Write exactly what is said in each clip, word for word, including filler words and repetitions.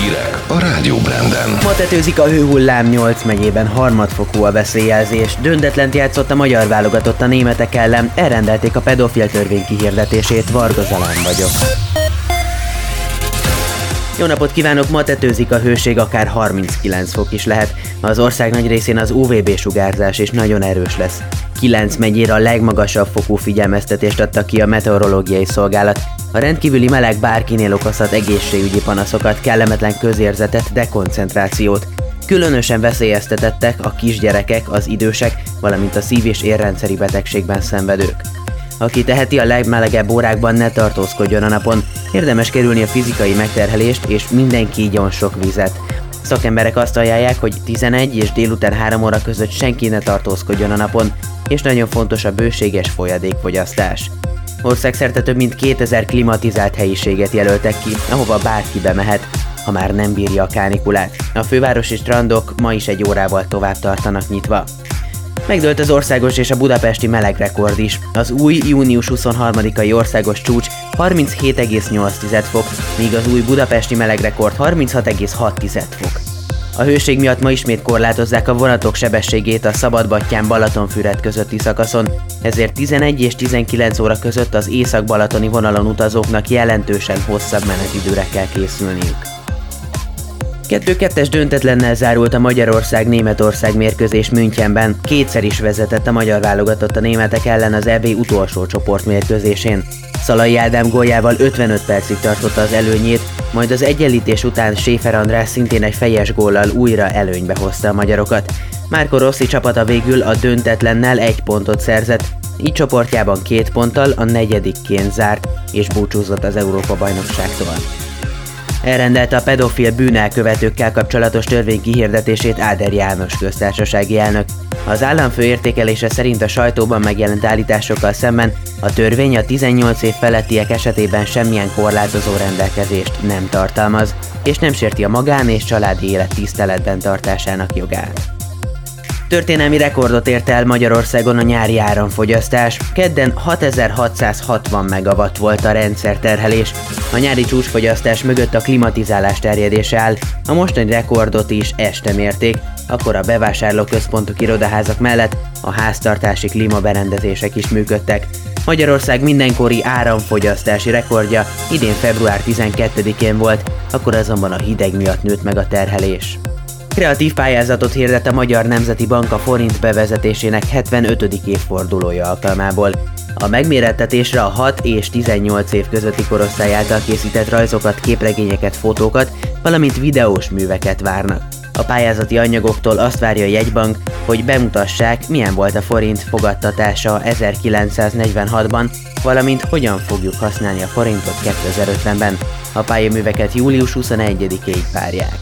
Hírek a Rádió Branden. Ma tetőzik a hőhullám, nyolc megyében harmadfokú a veszélyjelzés. Döntetlent játszott a magyar válogatott a németek ellen, elrendelték a pedofil törvény kihirdetését. Varga Zalán vagyok. Jó napot kívánok, ma tetőzik a hőség, akár harminckilenc fok is lehet. Az ország nagy részén az u vé bé sugárzás is nagyon erős lesz. kilenc megyére a legmagasabb fokú figyelmeztetést adta ki a meteorológiai szolgálat. A rendkívüli meleg bárkinél okozhat egészségügyi panaszokat, kellemetlen közérzetet, dekoncentrációt. Különösen veszélyeztetettek a kisgyerekek, az idősek, valamint a szív- és érrendszeri betegségben szenvedők. Aki teheti, a legmelegebb órákban ne tartózkodjon a napon. Érdemes kerülni a fizikai megterhelést, és mindenki igyon sok vizet. Szakemberek azt ajánlják, hogy tizenegy és délután három óra között senki ne tartózkodjon a napon, és nagyon fontos a bőséges folyadékfogyasztás. Országszerte több mint kétezer klimatizált helyiséget jelöltek ki, ahova bárki bemehet, ha már nem bírja a kánikulát. A fővárosi strandok ma is egy órával tovább tartanak nyitva. Megdőlt az országos és a budapesti melegrekord is. Az új június huszonharmadikai országos csúcs harminchét egész nyolc fok, míg az új budapesti melegrekord harminchat egész hat fok. A hőség miatt ma ismét korlátozzák a vonatok sebességét a Szabadbattyán-Balatonfüred közötti szakaszon, ezért tizenegy és tizenkilenc óra között az észak-balatoni vonalon utazóknak jelentősen hosszabb menetidőre kell készülniük. kettő kettes döntetlennel zárult a Magyarország-Németország mérkőzés Münchenben. Kétszer is vezetett a magyar válogatott a németek ellen az é bé utolsó csoportmérkőzésén. Szalai Ádám góljával ötvenöt percig tartotta az előnyét, majd az egyenlítés után Schäfer András szintén egy fejes góllal újra előnybe hozta a magyarokat. Marco Rossi csapata végül a döntetlennel egy pontot szerzett, így csoportjában két ponttal a negyedikként zárt és búcsúzott az Európa-bajnokságtól. Elrendelte a pedofil bűnelkövetőkkel kapcsolatos törvény kihirdetését Áder János köztársasági elnök. Az államfő értékelése szerint a sajtóban megjelent állításokkal szemben a törvény a tizennyolc év felettiek esetében semmilyen korlátozó rendelkezést nem tartalmaz, és nem sérti a magán- és családi élet tiszteletben tartásának jogát. Történelmi rekordot ért el Magyarországon a nyári áramfogyasztás. Kedden hatezer-hatszázhatvan megawatt volt a rendszerterhelés. A nyári csúcsfogyasztás mögött a klimatizálás terjedése áll. A mostani rekordot is este mérték, akkor a bevásárlóközpontok, irodaházak mellett a háztartási klímaberendezések is működtek. Magyarország mindenkori áramfogyasztási rekordja idén február tizenkettedikén volt, akkor azonban a hideg miatt nőtt meg a terhelés. Kreatív pályázatot hirdet a Magyar Nemzeti Bank a forint bevezetésének hetvenötödik évfordulója alkalmából. A megmérettetésre a hat és tizennyolc év közötti korosztály által készített rajzokat, képregényeket, fotókat, valamint videós műveket várnak. A pályázati anyagoktól azt várja a jegybank, hogy bemutassák, milyen volt a forint fogadtatása ezerkilencszáznegyvenhatban, valamint hogyan fogjuk használni a forintot kétezer-ötvenben. A pályaműveket július huszonegyedikéig várják.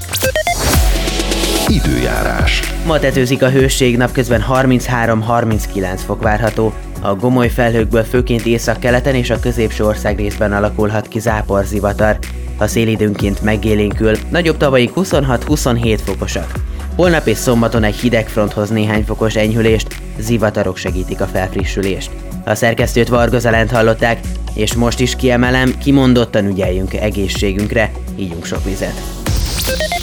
Időjárás. Ma tetőzik a hőség, napközben harminchárom-harminckilenc fok várható. A gomoly felhőkből főként északkeleten és a középső ország részben alakulhat ki záporzivatar. A szél időnként megélénkül, nagyobb tavaik huszonhat-huszonhét fokosak. Holnap és szombaton egy hideg fronthoz néhány fokos enyhülést, zivatarok segítik a felfrissülést. A szerkesztőt Varga Zalánt hallották, és most is kiemelem, kimondottan ügyeljünk egészségünkre, ígyunk sok vizet.